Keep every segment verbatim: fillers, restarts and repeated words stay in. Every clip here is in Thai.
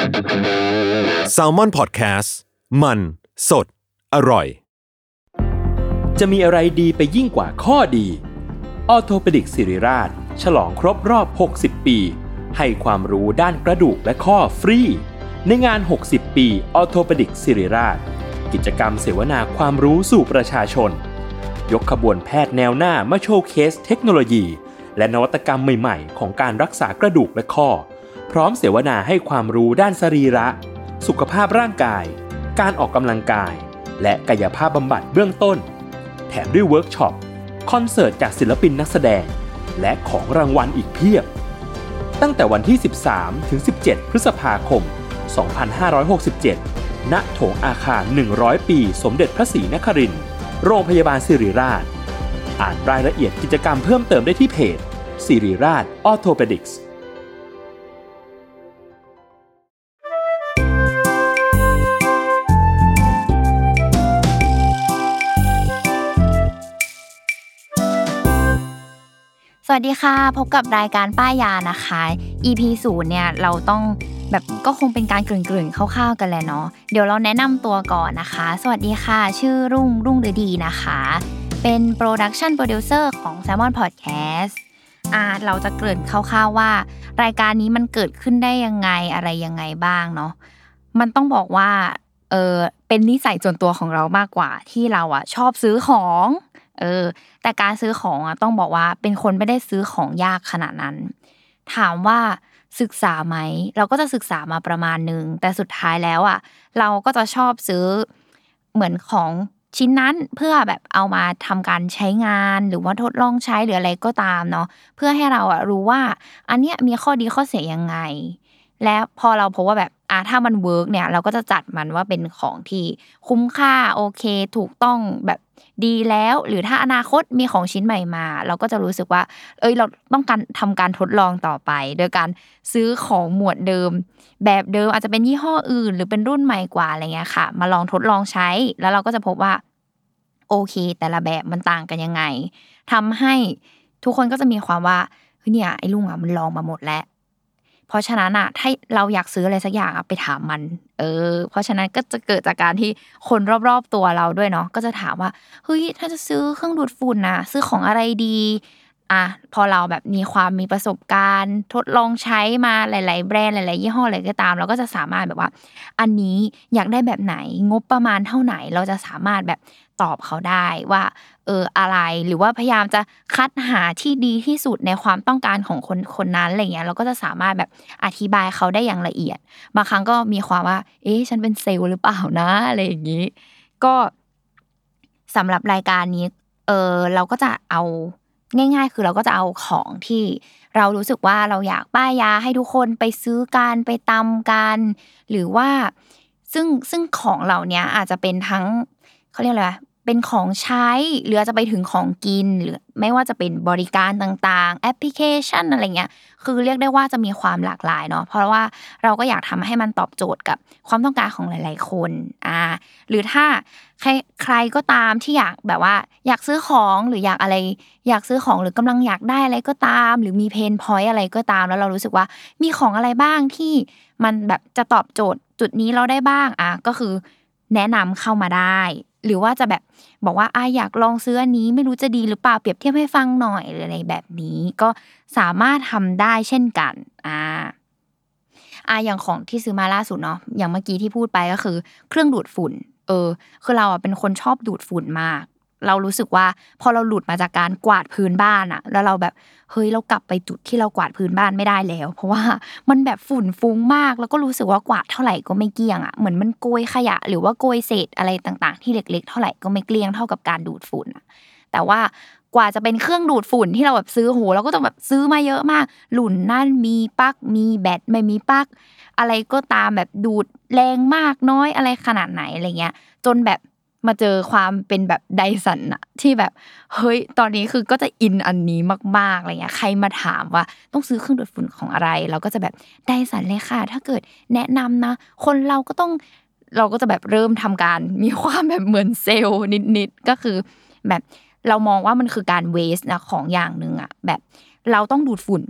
Salmon Podcast มันสดอร่อยจะมีอะไรดีไปยิ่งกว่าข้อดีออร์โธเพดิกศิริราชฉลองครบรอบหกสิบปีให้ความรู้ด้านกระดูกและข้อฟรีในงานหกสิบปีออร์โธเพดิกศิริราชกิจกรรมเสวนาความรู้สู่ประชาชนยกขบวนแพทย์แนวหน้ามาโชว์เคสเทคโนโลยีและนวัตกรรมใหม่ๆของการรักษากระดูกและข้อพร้อมเสวนาให้ความรู้ด้านสรีระสุขภาพร่างกายการออกกำลังกายและกายภาพบำบัดเบื้องต้นแถมด้วยเวิร์กช็อปคอนเสิร์ตจากศิลปินนักแสดงและของรางวัลอีกเพียบตั้งแต่วันที่สิบสามถึงสิบเจ็ดพฤษภาคมสองพันห้าร้อยหกสิบเจ็ดณโถงอาคารหนึ่งร้อยปีสมเด็จพระศรีนครินทร์โรงพยาบาลศิริราชอ่านรายละเอียดกิจกรรมเพิ่มเติมได้ที่เพจศิริราชออร์โธเพดิกส์สวัสดีค่ะพบกับรายการป้ายยานะคะ อี พี ศูนย์เนี่ยเราต้องแบบก็คงเป็นการเกริ่นๆคร่าวๆกันแหละเนาะเดี๋ยวเราแนะนำตัวก่อนนะคะสวัสดีค่ะชื่อรุ่งรุ่งฤดีนะคะเป็น Production Producer ของ Salmon Podcast อ่าเราจะเกริ่นคร่าวๆว่ารายการนี้มันเกิดขึ้นได้ยังไงอะไรยังไงบ้างเนาะมันต้องบอกว่าเออเป็นนิสัยส่วนตัวของเรามากกว่าที่เราอ่ะชอบซื้อของเออแต่การซื้อของอ่ะต้องบอกว่าเป็นคนไม่ได้ซื้อของยากขนาดนั้นถามว่าศึกษาไหมเราก็จะศึกษามาประมาณนึงแต่สุดท้ายแล้วอ่ะเราก็จะชอบซื้อเหมือนของชิ้นนั้นเพื่อแบบเอามาทำการใช้งานหรือว่าทดลองใช้หรืออะไรก็ตามเนาะเพื่อให้เราอ่ะรู้ว่าอันเนี้ยมีข้อดีข้อเสียยังไงและพอเราพบว่าแบบอ่ะถ้ามันเวิร์กเนี่ยเราก็จะจัดมันว่าเป็นของที่คุ้มค่าโอเคถูกต้องแบบดีแล้วหรือถ้าอนาคตมีของชิ้นใหม่มาเราก็จะรู้สึกว่าเอ้ยเราต้องการทำการทดลองต่อไปโดยการซื้อของหมวดเดิมแบบเดิมอาจจะเป็นยี่ห้ออื่นหรือเป็นรุ่นใหม่กว่าอะไรเงี้ยค่ะมาลองทดลองใช้แล้วเราก็จะพบว่าโอเคแต่ละแบบมันต่างกันยังไงทำให้ทุกคนก็จะมีความว่าเฮ้ยเนี่ยไอ้ลุงอ่ะมันลองมาหมดแล้วเพราะฉะนั้นอ่ะถ้าเราอยากซื้ออะไรสักอย่างอ่ะไปถามมันเออเพราะฉะนั้นก็จะเกิดจากการที่คนรอบๆตัวเราด้วยเนาะก็จะถามว่าเฮ้ยถ้าจะซื้อเครื่องดูดฝุ่นน่ะซื้อของอะไรดีอ่ะพอเราแบบมีความมีประสบการณ์ทดลองใช้มาหลายๆแบรนด์หลายๆยี่ห้ออะไรก็ตามเราก็จะสามารถแบบว่าอันนี้อยากได้แบบไหนงบประมาณเท่าไหนเราจะสามารถแบบตอบเขาได้ว่าเอออะไรหรือว่าพยายามจะคัดหาที่ดีที่สุดในความต้องการของคนคนนั้นอะไรเงี้ยเราก็จะสามารถแบบอธิบายเขาได้อย่างละเอียดบางครั้งก็มีความว่าเอ๊ะฉันเป็นเซลล์หรือเปล่านะอะไรอย่างนี้ก็สำหรับรายการนี้เออเราก็จะเอาง่ายๆคือเราก็จะเอาของที่เรารู้สึกว่าเราอยากป้ายยาให้ทุกคนไปซื้อกันไปตำกันหรือว่าซึ่งซึ่งของเหล่านี้อาจจะเป็นทั้งเขาเรียกอะไรเป็นของใช้หรือจะไปถึงของกินหรือไม่ว่าจะเป็นบริการต่างๆแอปพลิเคชันอะไรเงี้ยคือเรียกได้ว่าจะมีความหลากหลายเนาะเพราะว่าเราก็อยากทำให้มันตอบโจทย์กับความต้องการของหลายๆคนอ่าหรือถ้าใครใครก็ตามที่อยากแบบว่าอยากซื้อของหรืออยากอะไรอยากซื้อของหรือกำลังอยากได้อะไรก็ตามหรือมีเพนพอยต์อะไรก็ตามแล้วเรารู้สึกว่ามีของอะไรบ้างที่มันแบบจะตอบโจทย์จุดนี้เราได้บ้างอ่ะก็คือแนะนำเข้ามาได้หรือว่าจะแบบบอกว่าอ่ะอยากลองซื้ออันนี้ไม่รู้จะดีหรือเปล่าเปรียบเทียบให้ฟังหน่อยหรืออะไรแบบนี้ก็สามารถทำได้เช่นกันอ่าอ่ะอย่างของที่ซื้อมาล่าสุดเนาะอย่างเมื่อกี้ที่พูดไปก็คือเครื่องดูดฝุ่นเออคือเราอ่ะเป็นคนชอบดูดฝุ่นมากเรารู้สึกว่าพอเราหลุดมาจากการกวาดพื้นบ้านอะแล้วเราแบบเฮ้ยเรากลับไปจุดที่เรากวาดพื้นบ้านไม่ได้แล้วเพราะว่ามันแบบฝุ่นฟุ้งมากแล้วก็รู้สึกว่ากวาดเท่าไหร่ก็ไม่เกลี้ยงอะเหมือนมันโกยขยะหรือว่าโกยเศษอะไรต่างๆที่เล็กๆเท่าไหร่ก็ไม่เกลี้ยงเท่ากับการดูดฝุ่นแต่ว่ากว่าจะเป็นเครื่องดูดฝุ่นที่เราแบบซื้อโหเราก็ต้องแบบซื้อมาเยอะมากหลุ่นนั่นมีปลั๊กมีแบตไม่มีปลั๊กอะไรก็ตามแบบดูดแรงมากน้อยอะไรขนาดไหนอะไรเงี้ยจนแบบมาเจอความเป็นแบบไดสันอะที่แบบเฮ้ยตอนนี้คือก็จะอินอันนี้มากๆอะไรเงี้ยใครมาถามว่าต้องซื้อเครื่องดูดฝุ่นของอะไรเราก็จะแบบไดสันเลยค่ะถ้าเกิดแนะนำนะคนเราก็ต้องเราก็จะแบบเริ่มทำการมีความแบบเหมือนเซลล์นิดๆก็คือแบบเรามองว่ามันคือการเวสต์นะของอย่างนึงอะแบบเราต้องดูดฝุ่น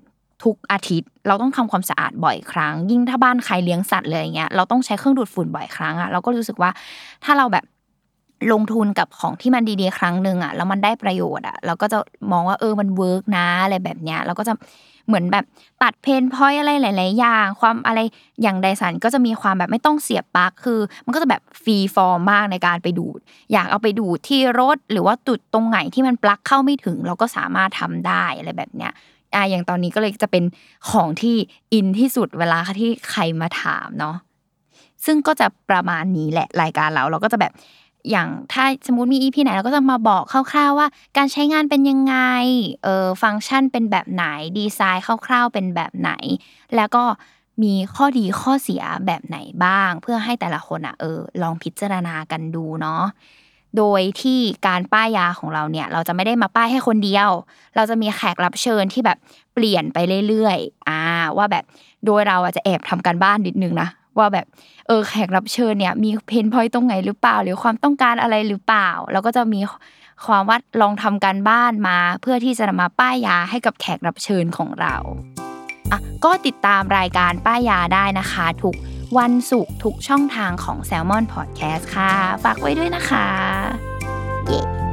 ทุกอาทิตย์เราต้องทำความสะอาดบ่อยครั้งยิ่งถ้าบ้านใครเลี้ยงสัตว์เลยอย่างเงี้ยเราต้องใช้เครื่องดูดฝุ่นบ่อยครั้งอ่ะเราก็รู้สึกว่าถ้าเราแบบลงทุนกับของที่มันดีๆครั้งนึงอ่ะแล้วมันได้ประโยชน์อ่ะเราก็จะมองว่าเออมันเวิร์กนะอะไรแบบเนี้ยเราก็จะเหมือนแบบตัดเพนพอยต์อะไรหลายๆอย่างความอะไรอย่างไดสันก็จะมีความแบบไม่ต้องเสียบปลั๊กคือมันก็จะแบบฟรีฟอร์มมากในการไปดูดอยากเอาไปดูดที่รถหรือว่าจุดตรงไหนที่มันปลั๊กเข้าไม่ถึงเราก็สามารถทำได้อะไรแบบเนี้ยอ่ะอย่างตอนนี้ก็เลยจะเป็นของที่อินที่สุดเวลาที่ใครมาถามเนาะซึ่งก็จะประมาณนี้แหละรายการเราเราก็จะแบบอย่างถ้าสมมุติมี อี พี ไหนเราก็จะมาบอกคร่าวๆว่าการใช้งานเป็นยังไงเออฟังก์ชันเป็นแบบไหนดีไซน์คร่าวๆเป็นแบบไหนแล้วก็มีข้อดีข้อเสียแบบไหนบ้างเพื่อให้แต่ละคนอ่ะเออลองพิจารณากันดูเนาะโดยที่การป้ายยาของเราเนี่ยเราจะไม่ได้มาป้ายให้คนเดียวเราจะมีแขกรับเชิญที่แบบเปลี่ยนไปเรื่อยๆอ่าว่าแบบโดยเราอ่ะจะแอบทำการบ้านนิดนึงนะว่าแบบเออแขกรับเชิญเนี่ยมีเพนพอยต์ตรงไหนหรือเปล่าหรือความต้องการอะไรหรือเปล่าแล้วก็จะมีความว่าลองทำการบ้านมาเพื่อที่จะมาป้ายยาให้กับแขกรับเชิญของเราอ่ะก็ติดตามรายการป้ายยาได้นะคะทุกวันศุกร์ทุกช่องทางของ Salmon Podcast ค่ะฝากไว้ด้วยนะคะเย้